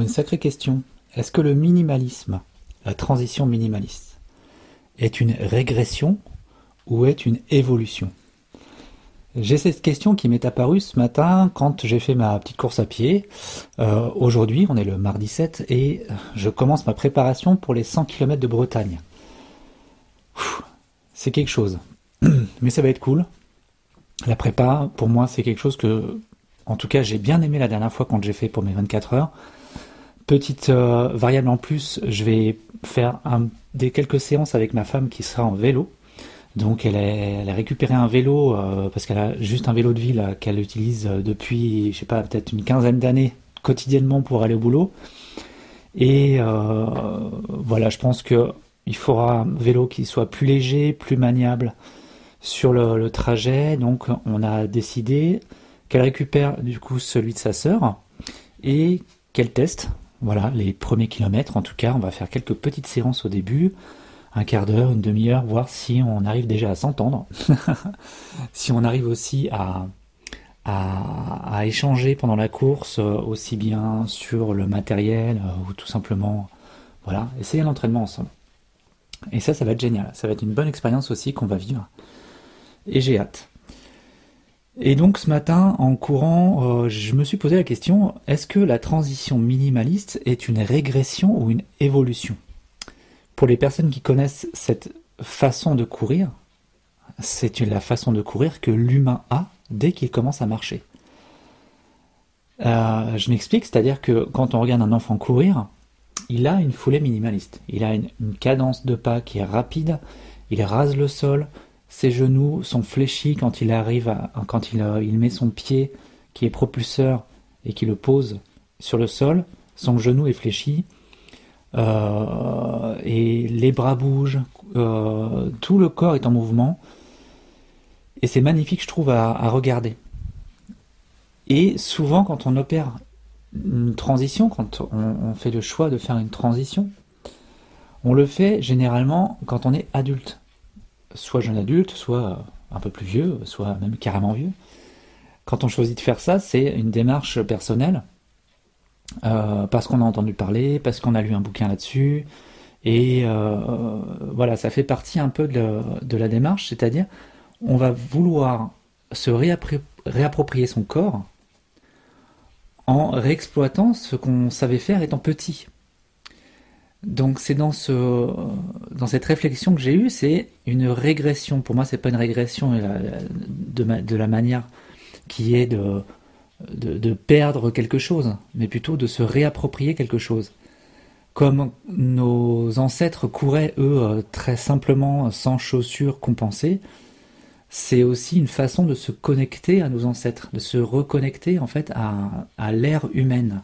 une sacrée question. Est-ce que le minimalisme, la transition minimaliste, est une régression ou est une évolution? J'ai cette question qui m'est apparue ce matin quand j'ai fait ma petite course à pied. Aujourd'hui, on est le mardi 7 et je commence ma préparation pour les 100 km de Bretagne. C'est quelque chose. Mais ça va être cool. La prépa, pour moi, c'est quelque chose que, en tout cas, j'ai bien aimé la dernière fois quand j'ai fait pour mes 24 heures. Petite variable en plus, je vais faire quelques séances avec ma femme qui sera en vélo. Donc elle a récupéré un vélo parce qu'elle a juste un vélo de ville qu'elle utilise depuis, je sais pas, peut-être une quinzaine d'années quotidiennement pour aller au boulot. Et voilà, je pense que il faudra un vélo qui soit plus léger, plus maniable sur le trajet. Donc on a décidé qu'elle récupère du coup celui de sa sœur et qu'elle teste. Voilà, les premiers kilomètres. En tout cas, on va faire quelques petites séances au début. Un quart d'heure, une demi-heure, voir si on arrive déjà à s'entendre, si on arrive aussi à échanger pendant la course, aussi bien sur le matériel ou tout simplement, voilà, essayer l'entraînement ensemble. Et ça va être génial, ça va être une bonne expérience aussi qu'on va vivre, et j'ai hâte. Et donc ce matin, en courant, je me suis posé la question, est-ce que la transition minimaliste est une régression ou une évolution ? Pour les personnes qui connaissent cette façon de courir, c'est la façon de courir que l'humain a dès qu'il commence à marcher. Je m'explique, c'est-à-dire que quand on regarde un enfant courir, il a une foulée minimaliste. Il a une cadence de pas qui est rapide, il rase le sol, ses genoux sont fléchis quand quand il met son pied qui est propulseur et qui le pose sur le sol, son genou est fléchi. Et les bras bougent, tout le corps est en mouvement et c'est magnifique je trouve à regarder. Et souvent quand on opère une transition, quand on fait le choix de faire une transition, on le fait généralement quand on est adulte, soit jeune adulte, soit un peu plus vieux, soit même carrément vieux. Quand on choisit de faire ça, c'est une démarche personnelle. Parce qu'on a entendu parler, parce qu'on a lu un bouquin là-dessus, et voilà, ça fait partie un peu de la démarche, c'est-à-dire on va vouloir se réapproprier son corps en réexploitant ce qu'on savait faire étant petit. Donc c'est dans cette réflexion que j'ai eue, c'est une régression. Pour moi, c'est pas une régression de la manière qui est de perdre quelque chose, mais plutôt de se réapproprier quelque chose. Comme nos ancêtres couraient, eux, très simplement, sans chaussures compensées, c'est aussi une façon de se connecter à nos ancêtres, de se reconnecter en fait à l'ère humaine,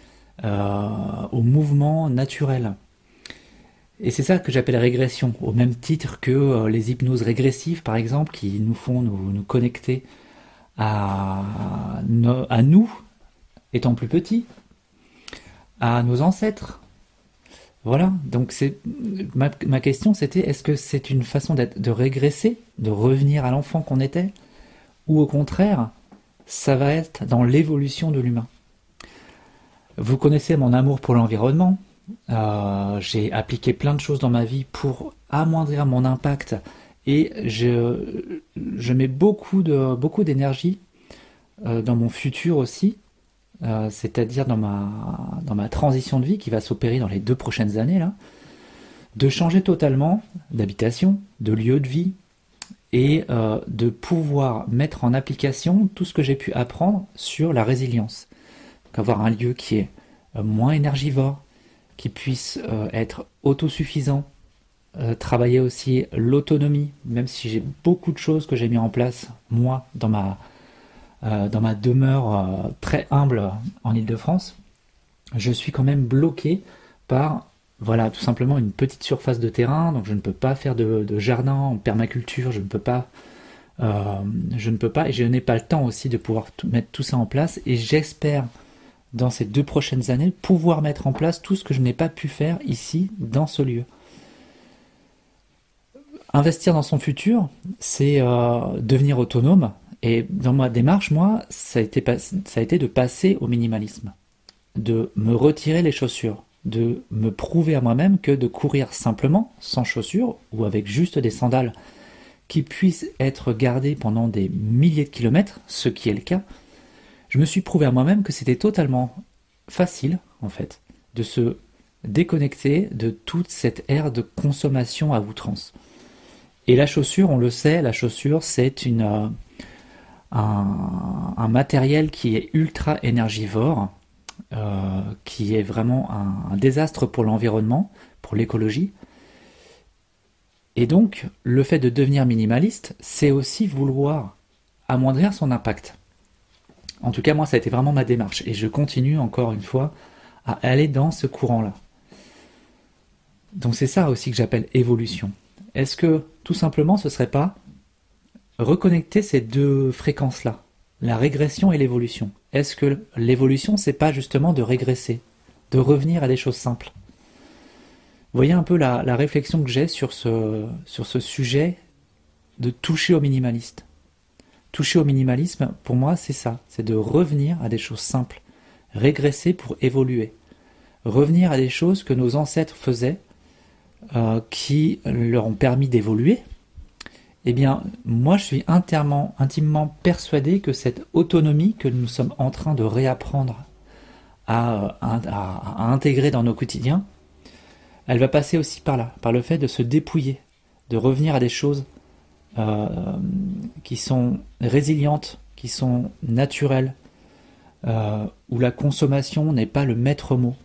au mouvement naturel. Et c'est ça que j'appelle régression, au même titre que les hypnoses régressives, par exemple, qui nous font nous connecter à nous, étant plus petits, à nos ancêtres. Voilà, donc ma question c'était, est-ce que c'est une façon de régresser, de revenir à l'enfant qu'on était, ou au contraire, ça va être dans l'évolution de l'humain. Vous connaissez mon amour pour l'environnement, j'ai appliqué plein de choses dans ma vie pour amoindrir mon impact. Et je mets beaucoup d'énergie dans mon futur aussi, c'est-à-dire dans ma transition de vie qui va s'opérer dans les 2 prochaines années, là, de changer totalement d'habitation, de lieu de vie, et de pouvoir mettre en application tout ce que j'ai pu apprendre sur la résilience. Donc avoir un lieu qui est moins énergivore, qui puisse être autosuffisant, travailler aussi l'autonomie, même si j'ai beaucoup de choses que j'ai mis en place, moi, dans ma demeure très humble en Île-de-France, je suis quand même bloqué par, voilà, tout simplement une petite surface de terrain, donc je ne peux pas faire de jardin en permaculture, je ne peux pas, et je n'ai pas le temps aussi de pouvoir mettre tout ça en place, et j'espère, dans ces 2 prochaines années, pouvoir mettre en place tout ce que je n'ai pas pu faire ici, dans ce lieu. Investir dans son futur, c'est devenir autonome. Et dans ma démarche, moi, ça a été de passer au minimalisme. de me retirer les chaussures, de me prouver à moi-même que de courir simplement, sans chaussures, ou avec juste des sandales qui puissent être gardées pendant des milliers de kilomètres, ce qui est le cas, je me suis prouvé à moi-même que c'était totalement facile, en fait, de se déconnecter de toute cette ère de consommation à outrance. Et la chaussure, on le sait, la chaussure, c'est un matériel qui est ultra énergivore, qui est vraiment un désastre pour l'environnement, pour l'écologie. Et donc, le fait de devenir minimaliste, c'est aussi vouloir amoindrir son impact. En tout cas, moi, ça a été vraiment ma démarche. Et je continue, encore une fois, à aller dans ce courant-là. Donc c'est ça aussi que j'appelle évolution. Est-ce que, tout simplement, ce serait pas reconnecter ces deux fréquences-là, la régression et l'évolution? Est-ce que l'évolution, c'est pas justement de régresser, de revenir à des choses simples? Vous voyez un peu la réflexion que j'ai sur ce sujet de toucher au minimaliste. Toucher au minimalisme, pour moi, c'est ça, c'est de revenir à des choses simples, régresser pour évoluer, revenir à des choses que nos ancêtres faisaient, qui leur ont permis d'évoluer. Eh bien, moi, je suis intimement persuadé que cette autonomie que nous sommes en train de réapprendre à intégrer dans nos quotidiens, elle va passer aussi par là, par le fait de se dépouiller, de revenir à des choses qui sont résilientes, qui sont naturelles, où la consommation n'est pas le maître mot.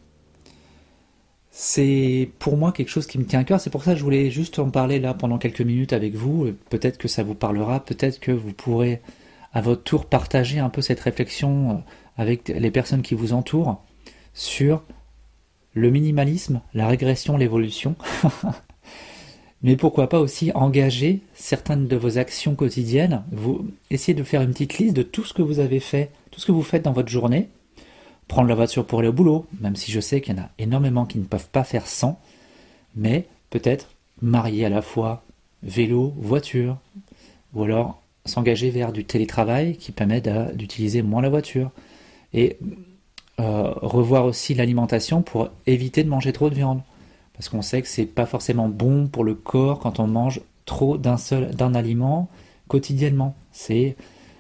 C'est pour moi quelque chose qui me tient à cœur, c'est pour ça que je voulais juste en parler là pendant quelques minutes avec vous. Peut-être que ça vous parlera, peut-être que vous pourrez à votre tour partager un peu cette réflexion avec les personnes qui vous entourent sur le minimalisme, la régression, l'évolution. Mais pourquoi pas aussi engager certaines de vos actions quotidiennes. Vous essayez de faire une petite liste de tout ce que vous avez fait, tout ce que vous faites dans votre journée. Prendre la voiture pour aller au boulot, même si je sais qu'il y en a énormément qui ne peuvent pas faire sans, mais peut-être marier à la fois vélo, voiture, ou alors s'engager vers du télétravail qui permet d'utiliser moins la voiture. Et revoir aussi l'alimentation pour éviter de manger trop de viande. Parce qu'on sait que c'est pas forcément bon pour le corps quand on mange trop d'un aliment quotidiennement. C'est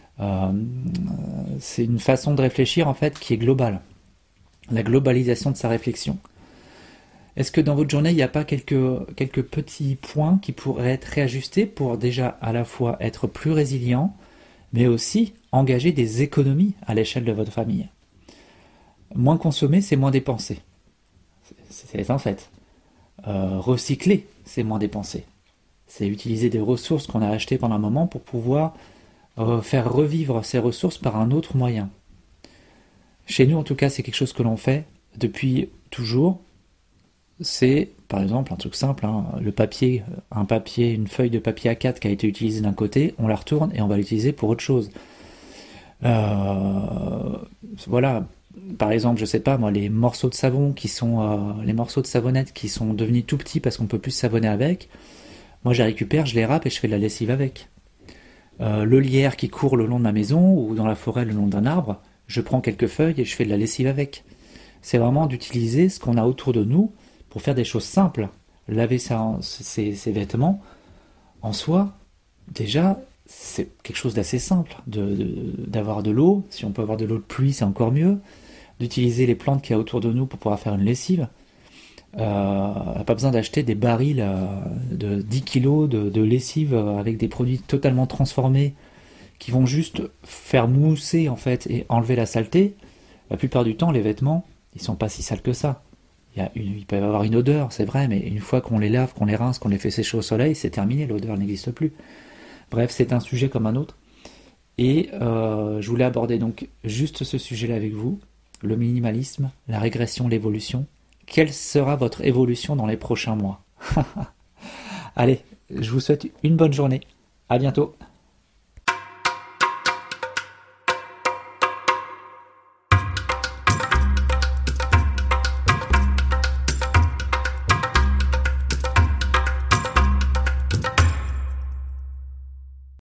une façon de réfléchir en fait qui est globale. La globalisation de sa réflexion. Est-ce que dans votre journée, il n'y a pas quelques petits points qui pourraient être réajustés pour déjà à la fois être plus résilient, mais aussi engager des économies à l'échelle de votre famille? Moins consommer, c'est moins dépenser. C'est un fait. Recycler, c'est moins dépenser. C'est utiliser des ressources qu'on a achetées pendant un moment pour pouvoir faire revivre ces ressources par un autre moyen. Chez nous, en tout cas, c'est quelque chose que l'on fait depuis toujours. C'est, par exemple, un truc simple, le papier, une feuille de papier A4 qui a été utilisée d'un côté, on la retourne et on va l'utiliser pour autre chose. Voilà. Par exemple, je sais pas moi, les morceaux de savon les morceaux de savonnette qui sont devenus tout petits parce qu'on peut plus se savonner avec. Moi, je les récupère, je les râpe et je fais de la lessive avec. Le lierre qui court le long de ma maison ou dans la forêt le long d'un arbre, je prends quelques feuilles et je fais de la lessive avec. C'est vraiment d'utiliser ce qu'on a autour de nous pour faire des choses simples. Laver ses vêtements, en soi, déjà, c'est quelque chose d'assez simple. D'avoir de l'eau, si on peut avoir de l'eau de pluie, c'est encore mieux. D'utiliser les plantes qu'il y a autour de nous pour pouvoir faire une lessive. Pas besoin d'acheter des barils de 10 kilos de lessive avec des produits totalement transformés qui vont juste faire mousser en fait et enlever la saleté. La plupart du temps, les vêtements, ils sont pas si sales que ça. Il peut y avoir une odeur, c'est vrai, mais une fois qu'on les lave, qu'on les rince, qu'on les fait sécher au soleil, c'est terminé, l'odeur n'existe plus. Bref, c'est un sujet comme un autre. Et je voulais aborder donc juste ce sujet-là avec vous, le minimalisme, la régression, l'évolution. Quelle sera votre évolution dans les prochains mois? Allez, je vous souhaite une bonne journée. À bientôt.